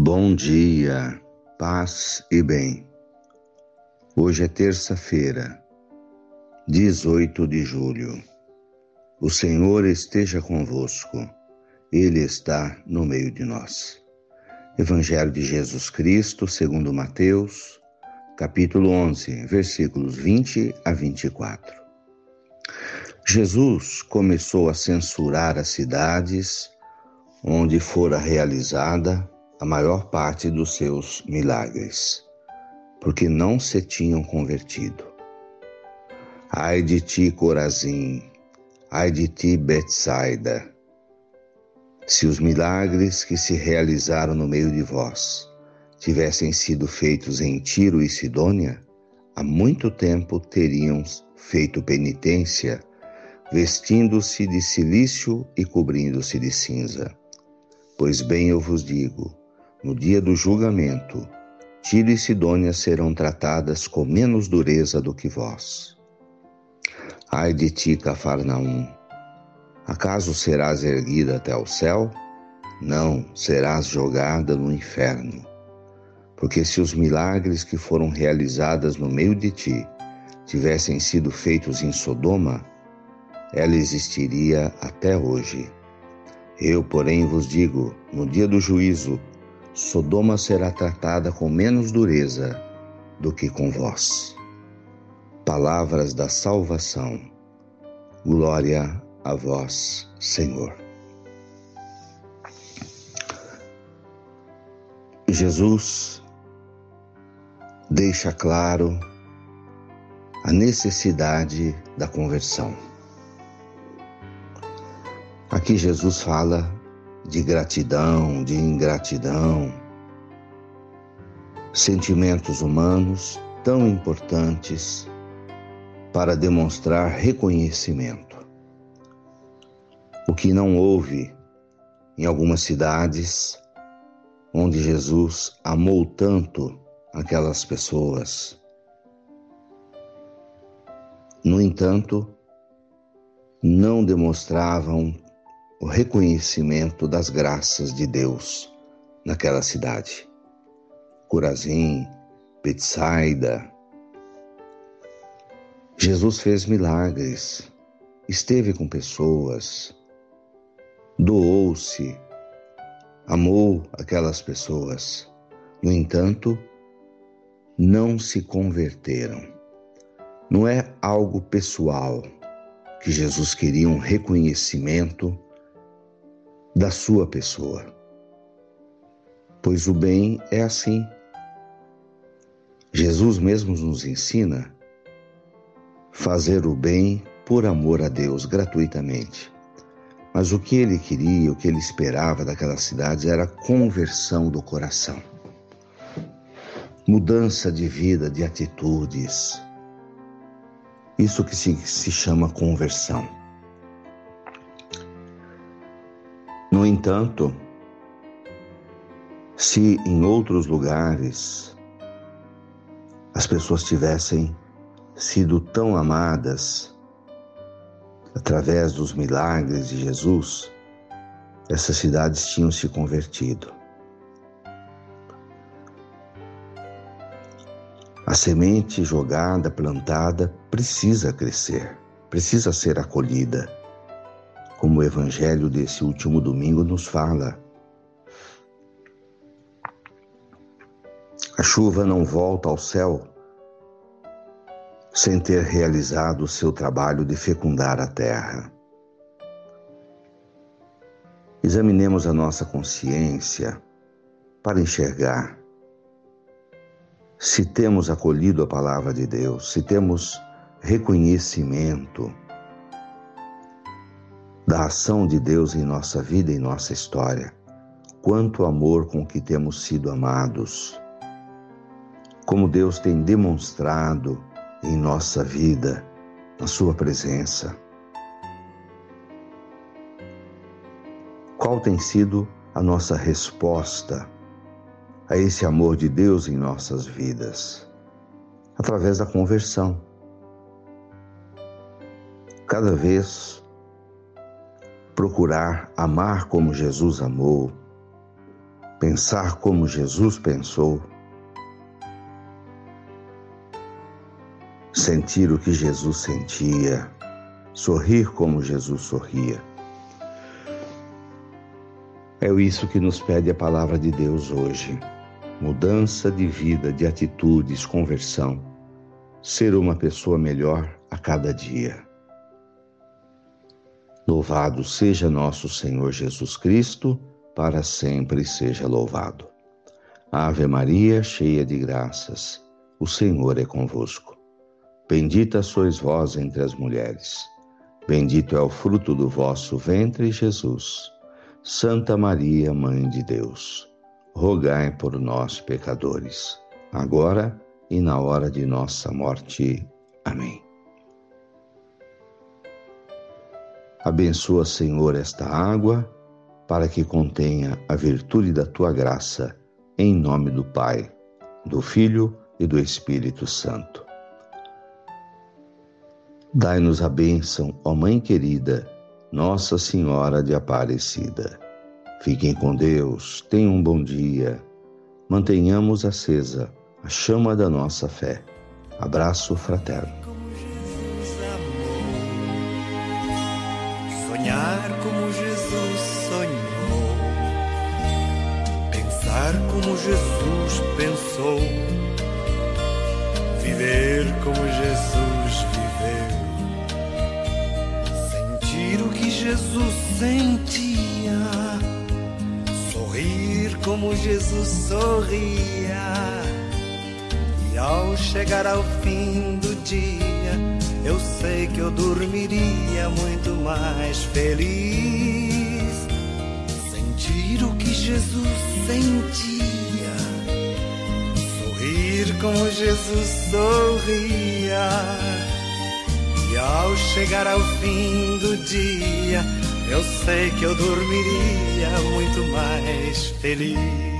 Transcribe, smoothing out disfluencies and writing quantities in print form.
Bom dia, paz e bem. Hoje é terça-feira, 18 de julho. O Senhor esteja convosco, Ele está no meio de nós. Evangelho de Jesus Cristo, segundo Mateus, capítulo 11, versículos 20 a 24. Jesus começou a censurar as cidades onde fora realizada a maior parte dos seus milagres, porque não se tinham convertido. Ai de ti, Corazim, ai de ti, Betsaida, se os milagres que se realizaram no meio de vós tivessem sido feitos em Tiro e Sidônia, há muito tempo teriam feito penitência, vestindo-se de cilício e cobrindo-se de cinza. Pois bem eu vos digo, no dia do julgamento, Tiro e Sidônia serão tratadas com menos dureza do que vós. Ai de ti, Cafarnaum! Acaso serás erguida até o céu? Não, serás jogada no inferno. Porque se os milagres que foram realizados no meio de ti tivessem sido feitos em Sodoma, ela existiria até hoje. Eu, porém, vos digo, no dia do juízo, Sodoma será tratada com menos dureza do que com vós. Palavras da salvação. Glória a vós, Senhor. Jesus deixa claro a necessidade da conversão. Aqui Jesus fala de gratidão, de ingratidão, sentimentos humanos tão importantes para demonstrar reconhecimento. O que não houve em algumas cidades onde Jesus amou tanto aquelas pessoas. No entanto, não demonstravam o reconhecimento das graças de Deus naquela cidade. Corazim, Betsaida. Jesus fez milagres, esteve com pessoas, doou-se, amou aquelas pessoas. No entanto, não se converteram. Não é algo pessoal que Jesus queria um reconhecimento da sua pessoa, pois o bem é assim. Jesus mesmo nos ensina fazer o bem por amor a Deus, gratuitamente. Mas o que ele queria, o que ele esperava daquelas cidades era conversão do coração, mudança de vida, de atitudes. Isso que se chama conversão. No entanto, se em outros lugares as pessoas tivessem sido tão amadas através dos milagres de Jesus, essas cidades tinham se convertido. A semente jogada, plantada, precisa crescer, precisa ser acolhida, como o Evangelho desse último domingo nos fala. A chuva não volta ao céu sem ter realizado o seu trabalho de fecundar a terra. Examinemos a nossa consciência para enxergar se temos acolhido a palavra de Deus, se temos reconhecimento da ação de Deus em nossa vida e em nossa história. Quanto amor com que temos sido amados, como Deus tem demonstrado em nossa vida, na sua presença. Qual tem sido a nossa resposta a esse amor de Deus em nossas vidas? Através da conversão. Cada vez procurar amar como Jesus amou, pensar como Jesus pensou, sentir o que Jesus sentia, sorrir como Jesus sorria. É isso que nos pede a palavra de Deus hoje. Mudança de vida, de atitudes, conversão. Ser uma pessoa melhor a cada dia. Louvado seja nosso Senhor Jesus Cristo, para sempre seja louvado. Ave Maria, cheia de graças, o Senhor é convosco. Bendita sois vós entre as mulheres. Bendito é o fruto do vosso ventre, Jesus. Santa Maria, Mãe de Deus, rogai por nós, pecadores, agora e na hora de nossa morte. Amém. Abençoa, Senhor, esta água, para que contenha a virtude da tua graça, em nome do Pai, do Filho e do Espírito Santo. Dai-nos a bênção, ó Mãe querida, Nossa Senhora de Aparecida. Fiquem com Deus, tenham um bom dia. Mantenhamos acesa a chama da nossa fé. Abraço fraterno. Como Jesus amou, sonhar como Jesus sonhou, pensar como Jesus pensou, viver como Jesus viveu. Sentir o que Jesus sentia, sorrir como Jesus sorria. E ao chegar ao fim do dia, eu sei que eu dormiria muito mais feliz. Sentir o que Jesus sentia, sorrir como Jesus sorria. E ao chegar ao fim do dia, eu sei que eu dormiria muito mais feliz.